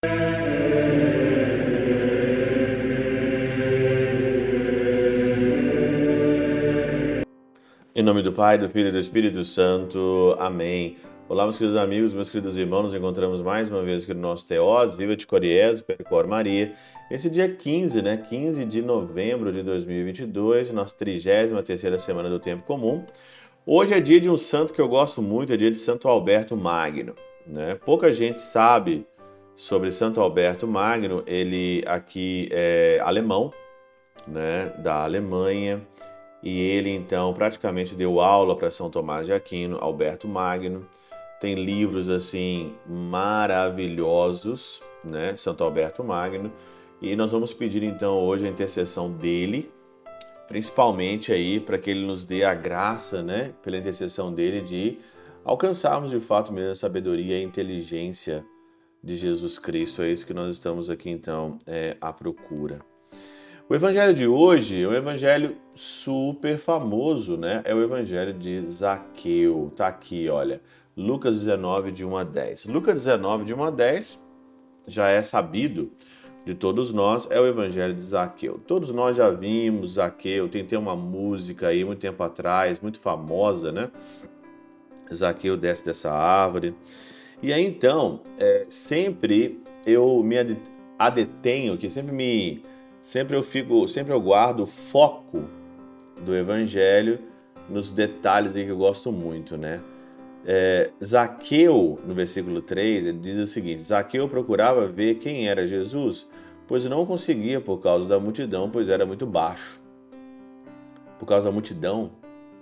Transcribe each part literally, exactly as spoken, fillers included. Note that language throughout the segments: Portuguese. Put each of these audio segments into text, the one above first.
Em nome do Pai, do Filho e do Espírito Santo. Amém. Olá, meus queridos amigos, meus queridos irmãos, nos encontramos mais uma vez aqui no nosso Teós, Viva de Coriés, Percor Maria. Esse dia quinze, né? quinze de novembro de dois mil e vinte e dois, nossa trigésima terceira semana do Tempo Comum. Hoje é dia de um santo que eu gosto muito, é dia de Santo Alberto Magno, né? Pouca gente sabe sobre Santo Alberto Magno, ele aqui é alemão, né? Da Alemanha. E ele, então, praticamente deu aula para São Tomás de Aquino, Alberto Magno. Tem livros, assim, maravilhosos, né? Santo Alberto Magno. E nós vamos pedir, então, hoje a intercessão dele, principalmente aí para que ele nos dê a graça, né? Pela intercessão dele, de alcançarmos, de fato, mesmo a sabedoria e a inteligência de Jesus Cristo. É isso que nós estamos aqui, então, é, à procura. O evangelho de hoje é um evangelho super famoso, né? É o evangelho de Zaqueu. Tá aqui, olha, Lucas dezenove, de um a dez. Lucas dezenove, de um a dez, já é sabido de todos nós, é o evangelho de Zaqueu. Todos nós já vimos Zaqueu, tem, tem uma música aí, muito tempo atrás, muito famosa, né? Zaqueu desce dessa árvore. E aí, então, é, sempre eu me adetenho, que sempre me... Sempre eu fico, sempre eu guardo o foco do evangelho nos detalhes aí que eu gosto muito, né? É, Zaqueu, no versículo três, ele diz o seguinte: Zaqueu procurava ver quem era Jesus, pois não conseguia por causa da multidão, pois era muito baixo. Por causa da multidão.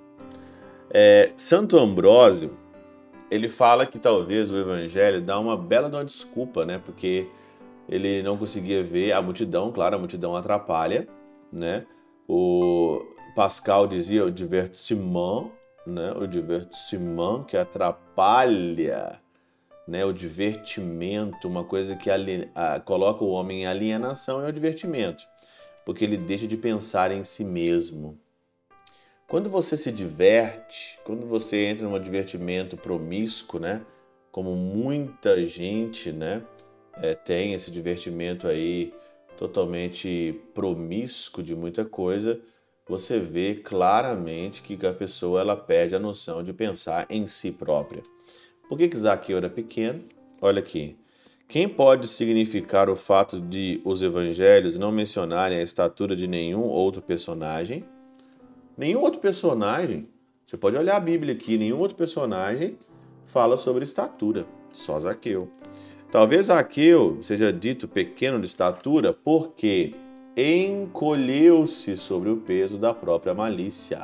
É, Santo Ambrósio, ele fala que talvez o evangelho dá uma bela de uma desculpa, né? Porque ele não conseguia ver a multidão, claro, a multidão atrapalha, né? O Pascal dizia o divertissement, né? O divertissement que atrapalha, né? O divertimento, uma coisa que ali, a, coloca o homem em alienação, é o divertimento, porque ele deixa de pensar em si mesmo. Quando você se diverte, quando você entra num divertimento promíscuo, né? Como muita gente, né? É, tem esse divertimento aí totalmente promíscuo de muita coisa, você vê claramente que a pessoa ela perde a noção de pensar em si própria. Por que que Zaqueu era pequeno? Olha aqui. Quem pode significar o fato de os evangelhos não mencionarem a estatura de nenhum outro personagem? Nenhum outro personagem, você pode olhar a Bíblia aqui, nenhum outro personagem fala sobre estatura, só Zaqueu. Talvez Zaqueu seja dito pequeno de estatura porque encolheu-se sobre o peso da própria malícia.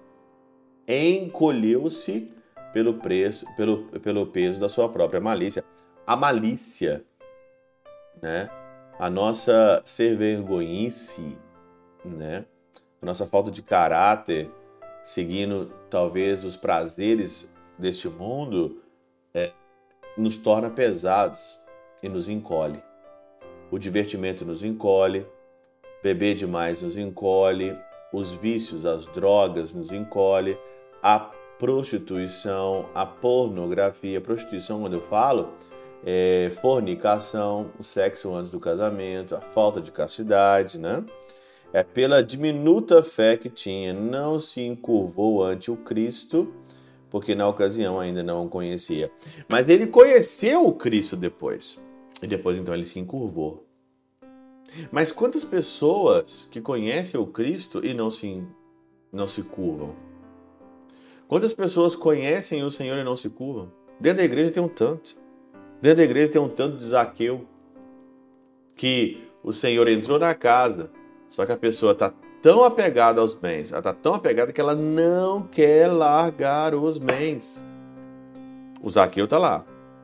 Encolheu-se pelo, preço, pelo, pelo peso da sua própria malícia. A malícia, né? A nossa ser vergonhice, né? A nossa falta de caráter, seguindo talvez os prazeres deste mundo, é, nos torna pesados e nos encolhe. O divertimento nos encolhe, beber demais nos encolhe, os vícios, as drogas nos encolhe, a prostituição, a pornografia, prostituição, quando eu falo, é fornicação, o sexo antes do casamento, a falta de castidade, né? É pela diminuta fé que tinha, não se encurvou ante o Cristo, porque na ocasião ainda não o conhecia. Mas ele conheceu o Cristo depois. E depois então ele se encurvou. Mas quantas pessoas que conhecem o Cristo e não se, não se curvam? Quantas pessoas conhecem o Senhor e não se curvam? Dentro da igreja tem um tanto. Dentro da igreja tem um tanto de Zaqueu. Que o Senhor entrou na casa, só que a pessoa está tão apegada aos bens, ela está tão apegada que ela não quer largar os bens. O Zaqueu está lá.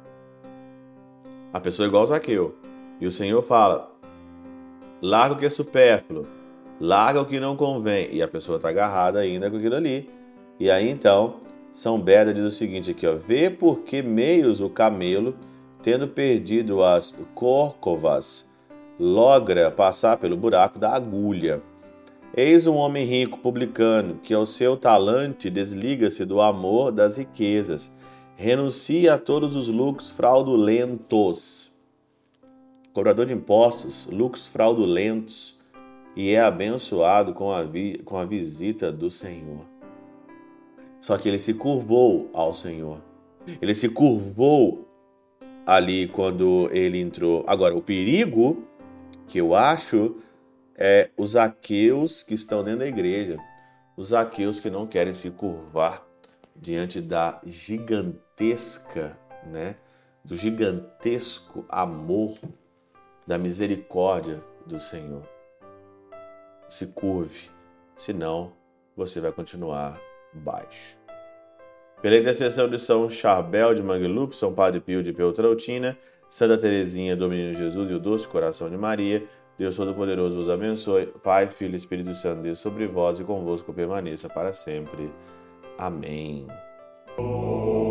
A pessoa é igual ao Zaqueu. E o Senhor fala, larga o que é supérfluo, larga o que não convém. E a pessoa está agarrada ainda com aquilo ali. E aí então, São Beda diz o seguinte aqui, ó, vê por que meios o camelo, tendo perdido as córcovas, logra passar pelo buraco da agulha. Eis um homem rico, publicano, que ao seu talante desliga-se do amor das riquezas, renuncia a todos os lucros fraudulentos. cobrador de impostos, lucros fraudulentos, e é abençoado com a, vi- com a visita do Senhor. Só que ele se curvou ao Senhor. Ele se curvou ali quando ele entrou. Agora, o perigo que eu acho é os aqueus que estão dentro da igreja. Os aqueus que não querem se curvar diante da gigantesca, né, do gigantesco amor, da misericórdia do Senhor. Se curve, senão você vai continuar baixo. Pela intercessão de São Charbel de Mangluf, São Padre Pio de Peltrautina, Santa Teresinha do Menino Jesus e o Doce Coração de Maria, Deus Todo-Poderoso vos abençoe. Pai, Filho e Espírito Santo, Deus sobre vós e convosco permaneça para sempre. Amém.